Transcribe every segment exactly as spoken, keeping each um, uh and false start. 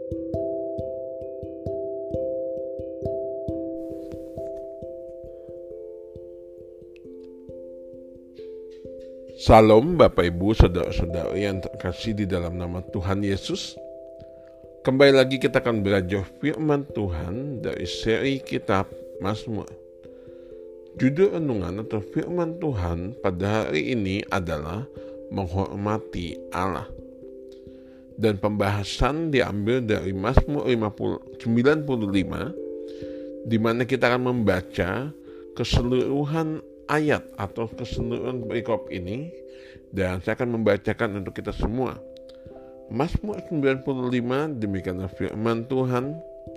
Salam Bapak Ibu, saudara-saudari yang terkasih di dalam nama Tuhan Yesus. Kembali lagi kita akan belajar firman Tuhan dari seri kitab Mazmur. Judul renungan atau firman Tuhan pada hari ini adalah menghormati Allah. Dan pembahasan diambil dari Mazmur sembilan puluh lima, di mana kita akan membaca keseluruhan ayat atau keseluruhan perikop ini, dan saya akan membacakan untuk kita semua. Mazmur sembilan puluh lima, demikianlah firman Tuhan.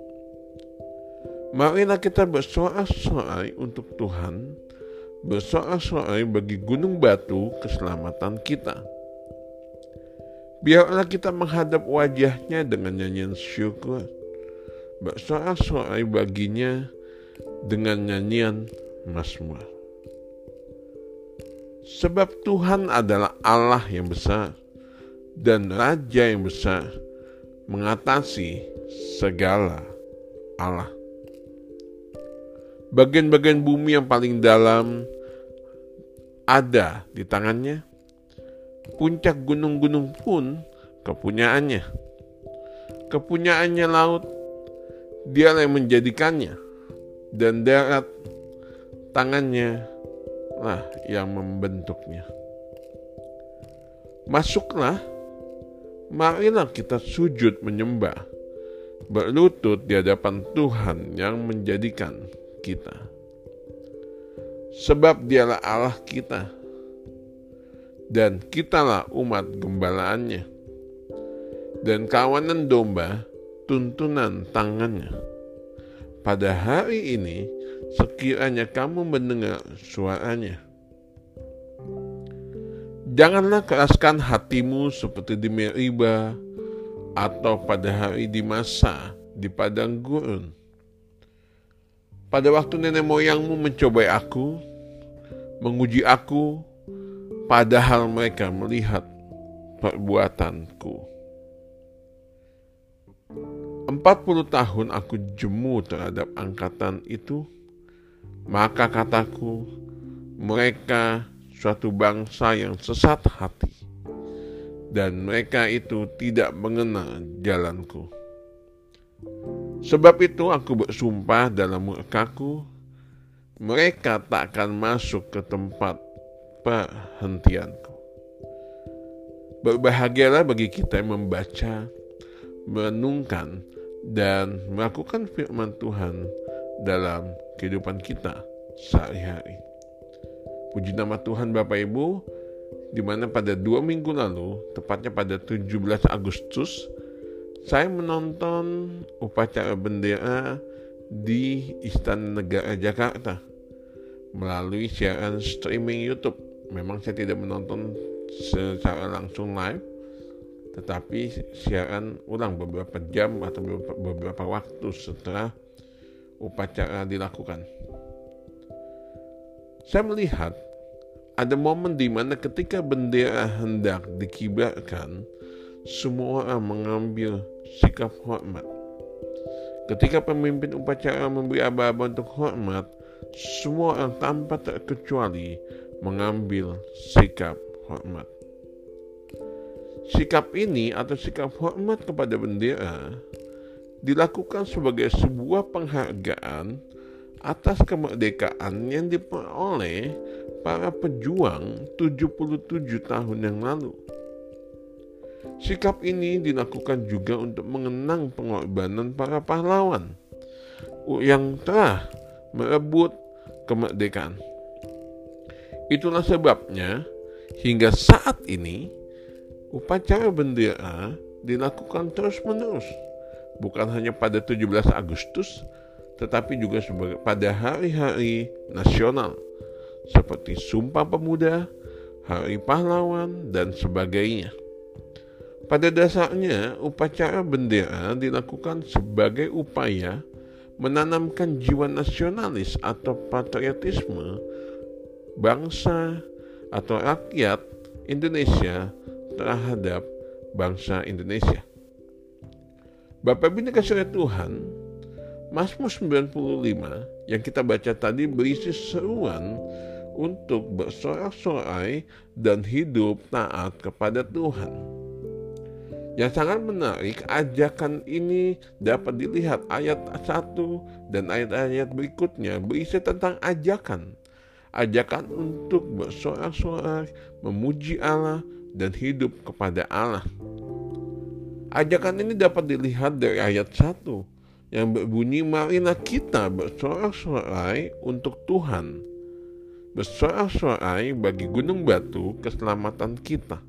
Marilah kita bersorak-sorai untuk Tuhan, bersorak-sorai bagi gunung batu keselamatan kita. Biarlah kita menghadap wajahnya dengan nyanyian syukur, bersorak-sorai baginya dengan nyanyian mazmur. Sebab Tuhan adalah Allah yang besar dan Raja yang besar, mengatasi segala Allah. Bagian-bagian bumi yang paling dalam ada di tangannya. Puncak gunung-gunung pun kepunyaannya. Kepunyaannya laut, Dialah yang menjadikannya, dan darat tangannya lah yang membentuknya. Masuklah, marilah kita sujud menyembah, berlutut di hadapan Tuhan yang menjadikan kita. Sebab Dialah Allah kita, dan kitalah umat gembalaannya, dan kawanan domba tuntunan tangannya. Pada hari ini sekiranya kamu mendengar suaranya, janganlah keraskan hatimu seperti di Meriba atau pada hari di Masa di padang gurun. Pada waktu nenek moyangmu mencobai aku, menguji aku, padahal mereka melihat perbuatanku. Empat puluh tahun aku jemu terhadap angkatan itu. Maka kataku, mereka suatu bangsa yang sesat hati, dan mereka itu tidak mengenal jalanku. Sebab itu aku bersumpah dalam murkaku, mereka tak akan masuk ke tempat perhentianku. Berbahagialah bagi kita yang membaca, merenungkan, dan melakukan firman Tuhan dalam kehidupan kita sehari-hari. Puji nama Tuhan Bapak Ibu, di mana pada dua minggu lalu, tepatnya pada tujuh belas Agustus, saya menonton upacara bendera di Istana Negara Jakarta melalui siaran streaming YouTube. Memang saya tidak menonton secara langsung live, tetapi siaran ulang beberapa jam atau beberapa, beberapa waktu setelah upacara dilakukan. Saya melihat ada momen di mana ketika bendera hendak dikibarkan, semua orang mengambil sikap hormat. Ketika pemimpin upacara memberi aba-aba untuk hormat, semua orang tanpa terkecuali mengambil sikap hormat. Sikap ini atau sikap hormat kepada bendera dilakukan sebagai sebuah penghargaan atas kemerdekaan yang diperoleh para pejuang tujuh puluh tujuh tahun yang lalu. Sikap ini dilakukan juga untuk mengenang pengorbanan para pahlawan yang telah merebut kemerdekaan. Itulah sebabnya hingga saat ini upacara bendera dilakukan terus-menerus. Bukan hanya pada tujuh belas Agustus, tetapi juga pada hari-hari nasional seperti Sumpah Pemuda, Hari Pahlawan, dan sebagainya. Pada dasarnya, upacara bendera dilakukan sebagai upaya menanamkan jiwa nasionalis atau patriotisme bangsa atau rakyat Indonesia terhadap bangsa Indonesia. Bapak Ibu dikasih oleh Tuhan, Mazmur sembilan puluh lima yang kita baca tadi berisi seruan untuk bersorak-sorai dan hidup taat kepada Tuhan. Yang sangat menarik, ajakan ini dapat dilihat ayat satu dan ayat-ayat berikutnya berisi tentang ajakan. Ajakan untuk bersorak-sorai, memuji Allah, dan hidup kepada Allah. Ajakan ini dapat dilihat dari ayat satu yang berbunyi, marilah kita bersorak-sorai untuk Tuhan. Bersorak-sorai bagi gunung batu keselamatan kita.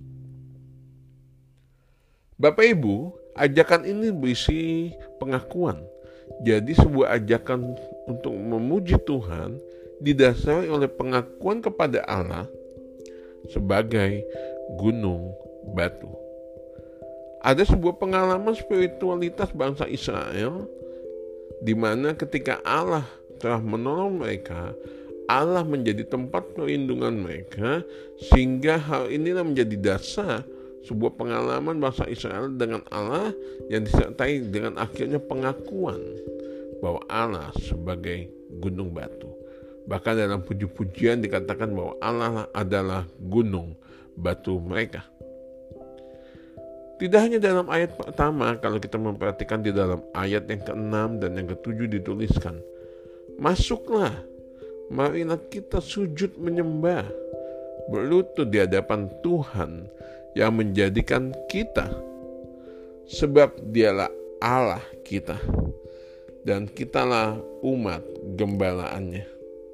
Bapak Ibu, ajakan ini berisi pengakuan. Jadi sebuah ajakan untuk memuji Tuhan didasari oleh pengakuan kepada Allah sebagai gunung batu. Ada sebuah pengalaman spiritualitas bangsa Israel di mana ketika Allah telah menolong mereka, Allah menjadi tempat perlindungan mereka, sehingga hal inilah menjadi dasar sebuah pengalaman bangsa Israel dengan Allah yang disertai dengan akhirnya pengakuan bahwa Allah sebagai gunung batu. Bahkan dalam puji-pujian dikatakan bahwa Allah adalah gunung batu mereka. Tidak hanya dalam ayat pertama, kalau kita memperhatikan di dalam ayat yang keenam dan yang ketujuh dituliskan, masuklah, marilah kita sujud menyembah, berlutut di hadapan Tuhan yang menjadikan kita, sebab dialah Allah kita, dan kitalah umat gembalaannya,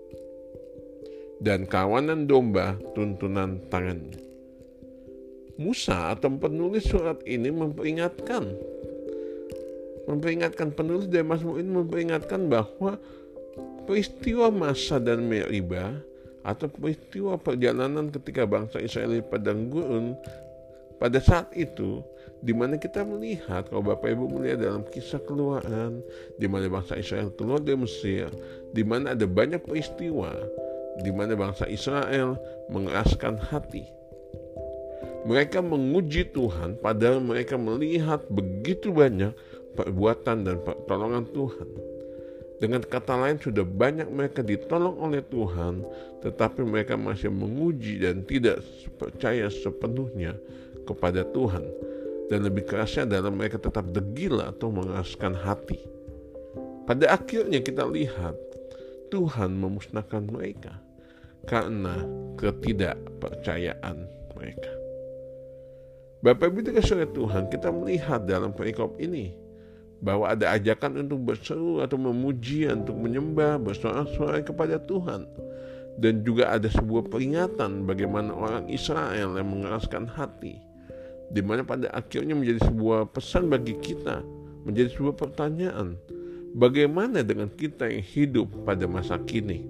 dan kawanan domba tuntunan tangannya. Musa atau penulis surat ini memperingatkan memperingatkan penulis dari Mazmur ini memperingatkan bahwa peristiwa Massa dan Meribah atau peristiwa perjalanan ketika bangsa Israel di padang gurun pada saat itu, di mana kita melihat, kalau Bapak Ibu melihat dalam kisah Keluaran, di mana bangsa Israel keluar dari Mesir, di mana ada banyak peristiwa di mana bangsa Israel mengeraskan hati. Mereka menguji Tuhan padahal mereka melihat begitu banyak perbuatan dan pertolongan Tuhan. Dengan kata lain, sudah banyak mereka ditolong oleh Tuhan, tetapi mereka masih menguji dan tidak percaya sepenuhnya kepada Tuhan. Dan lebih kerasnya adalah mereka tetap degil atau mengeraskan hati. Pada akhirnya kita lihat Tuhan memusnahkan mereka karena ketidakpercayaan mereka. Bapak Ibu dikasihi oleh Tuhan, kita melihat dalam perikop ini bahwa ada ajakan untuk berseru atau memuji, untuk menyembah, bersorak-sorai kepada Tuhan. Dan juga ada sebuah peringatan bagaimana orang Israel yang mengeraskan hati, di mana pada akhirnya menjadi sebuah pesan bagi kita, menjadi sebuah pertanyaan, bagaimana dengan kita yang hidup pada masa kini?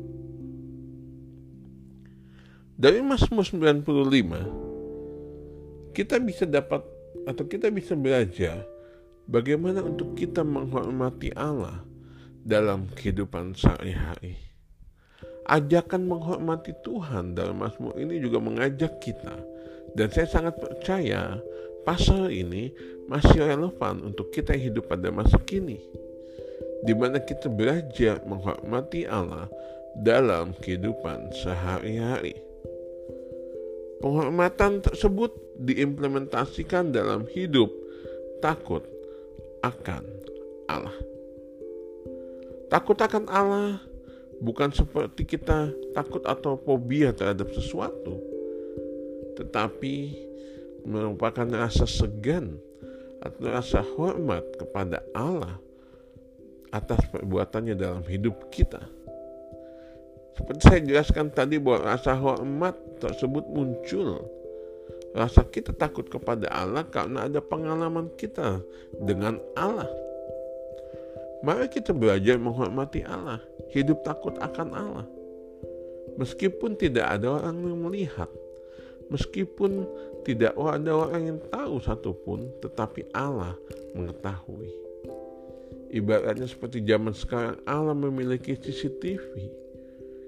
Dari Mazmur sembilan puluh lima, kita bisa dapat atau kita bisa belajar bagaimana untuk kita menghormati Allah dalam kehidupan sehari-hari. Ajakan menghormati Tuhan dalam Mazmur ini juga mengajak kita, dan saya sangat percaya pasal ini masih relevan untuk kita hidup pada masa kini, di mana kita belajar menghormati Allah dalam kehidupan sehari-hari. Penghormatan tersebut diimplementasikan dalam hidup takut akan Allah. Takut akan Allah bukan seperti kita takut atau fobia terhadap sesuatu, tetapi merupakan rasa segan atau rasa hormat kepada Allah atas perbuatannya dalam hidup kita. Seperti saya jelaskan tadi bahwa rasa hormat tersebut muncul, rasa kita takut kepada Allah karena ada pengalaman kita dengan Allah. Mari kita belajar menghormati Allah, hidup takut akan Allah. Meskipun tidak ada orang yang melihat, meskipun tidak ada orang yang tahu satupun, tetapi Allah mengetahui. Ibaratnya seperti zaman sekarang Allah memiliki C C T V.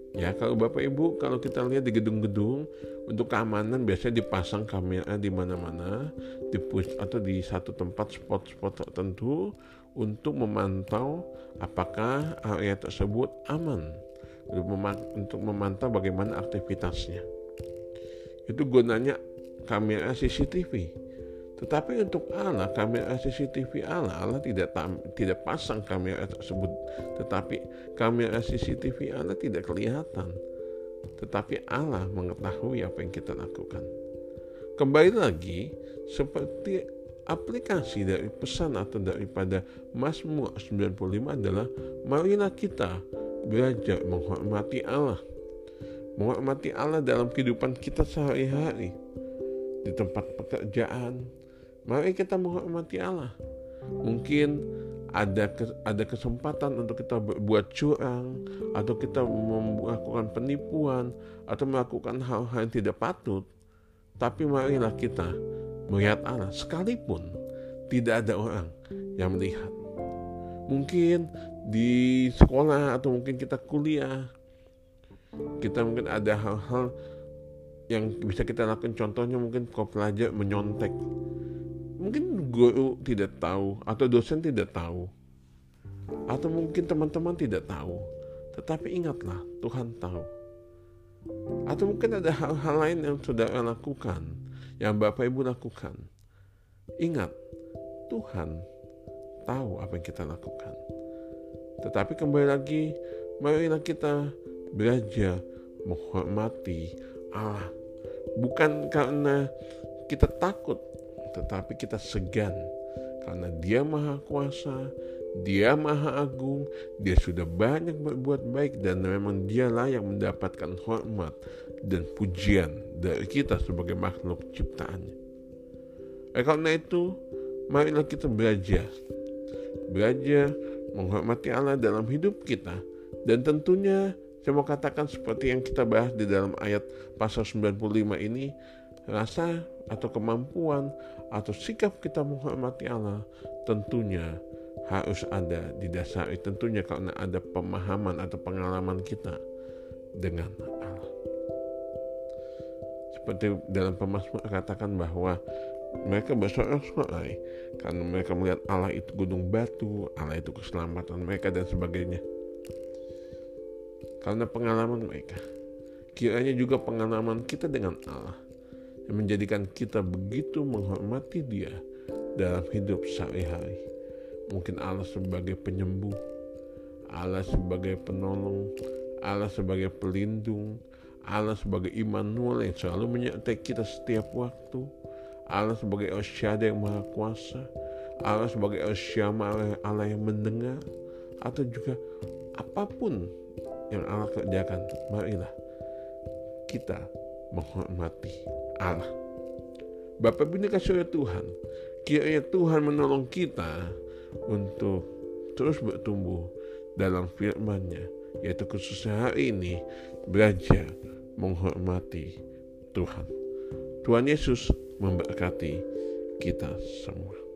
Ya, kalau Bapak Ibu, kalau kita lihat di gedung-gedung untuk keamanan biasanya dipasang kamera di mana-mana, di push atau di satu tempat spot-spot tertentu untuk memantau apakah area tersebut aman, untuk memantau bagaimana aktivitasnya. Itu gunanya kamera C C T V. Tetapi untuk Allah, kamera C C T V Allah, Allah tidak tam, tidak pasang kamera tersebut. Tetapi kamera C C T V Allah tidak kelihatan. Tetapi Allah mengetahui apa yang kita lakukan. Kembali lagi, seperti aplikasi dari pesan atau daripada Mazmur sembilan puluh lima adalah, marilah kita belajar menghormati Allah. Menghormati Allah dalam kehidupan kita sehari-hari. Di tempat pekerjaan, mari kita menghormati Allah. Mungkin ada ada kesempatan untuk kita berbuat curang, atau kita melakukan penipuan, atau melakukan hal-hal yang tidak patut. Tapi marilah kita melihat Allah, sekalipun tidak ada orang yang melihat. Mungkin di sekolah atau mungkin kita kuliah, kita mungkin ada hal-hal yang bisa kita lakukan. Contohnya mungkin kalau pelajar menyontek, mungkin guru tidak tahu, atau dosen tidak tahu, atau mungkin teman-teman tidak tahu. Tetapi ingatlah, Tuhan tahu. Atau mungkin ada hal-hal lain yang saudara lakukan, yang Bapak Ibu lakukan. Ingat, Tuhan tahu apa yang kita lakukan. Tetapi kembali lagi, marilah kita belajar menghormati Allah. Bukan karena kita takut, tetapi kita segan. Karena Dia Maha Kuasa, Dia Maha Agung, Dia sudah banyak berbuat baik, dan memang Dialah yang mendapatkan hormat dan pujian dari kita sebagai makhluk ciptaannya. Eh, karena itu, marilah kita belajar. Belajar menghormati Allah dalam hidup kita. Dan tentunya saya mau katakan seperti yang kita bahas di dalam ayat pasal sembilan puluh lima ini, rasa atau kemampuan atau sikap kita menghormati Allah tentunya harus ada didasari tentunya karena ada pemahaman atau pengalaman kita dengan Allah. Seperti dalam pemazmur katakan bahwa mereka bersorak-sorai karena mereka melihat Allah itu gunung batu, Allah itu keselamatan mereka dan sebagainya. Karena pengalaman mereka, kiranya juga pengalaman kita dengan Allah yang menjadikan kita begitu menghormati Dia dalam hidup sehari-hari. Mungkin Allah sebagai penyembuh, Allah sebagai penolong, Allah sebagai pelindung, Allah sebagai Immanuel yang selalu menyertai kita setiap waktu, Allah sebagai El Shaddai yang Maha Kuasa, Allah sebagai El Shammah, Allah yang mendengar, atau juga apapun yang Allah kerjakan, marilah kita menghormati Allah. Bapak Ibu kasih Tuhan, kiranya Tuhan menolong kita untuk terus bertumbuh dalam firman-Nya, yaitu khususnya hari ini belajar menghormati Tuhan. Tuhan Yesus memberkati kita semua.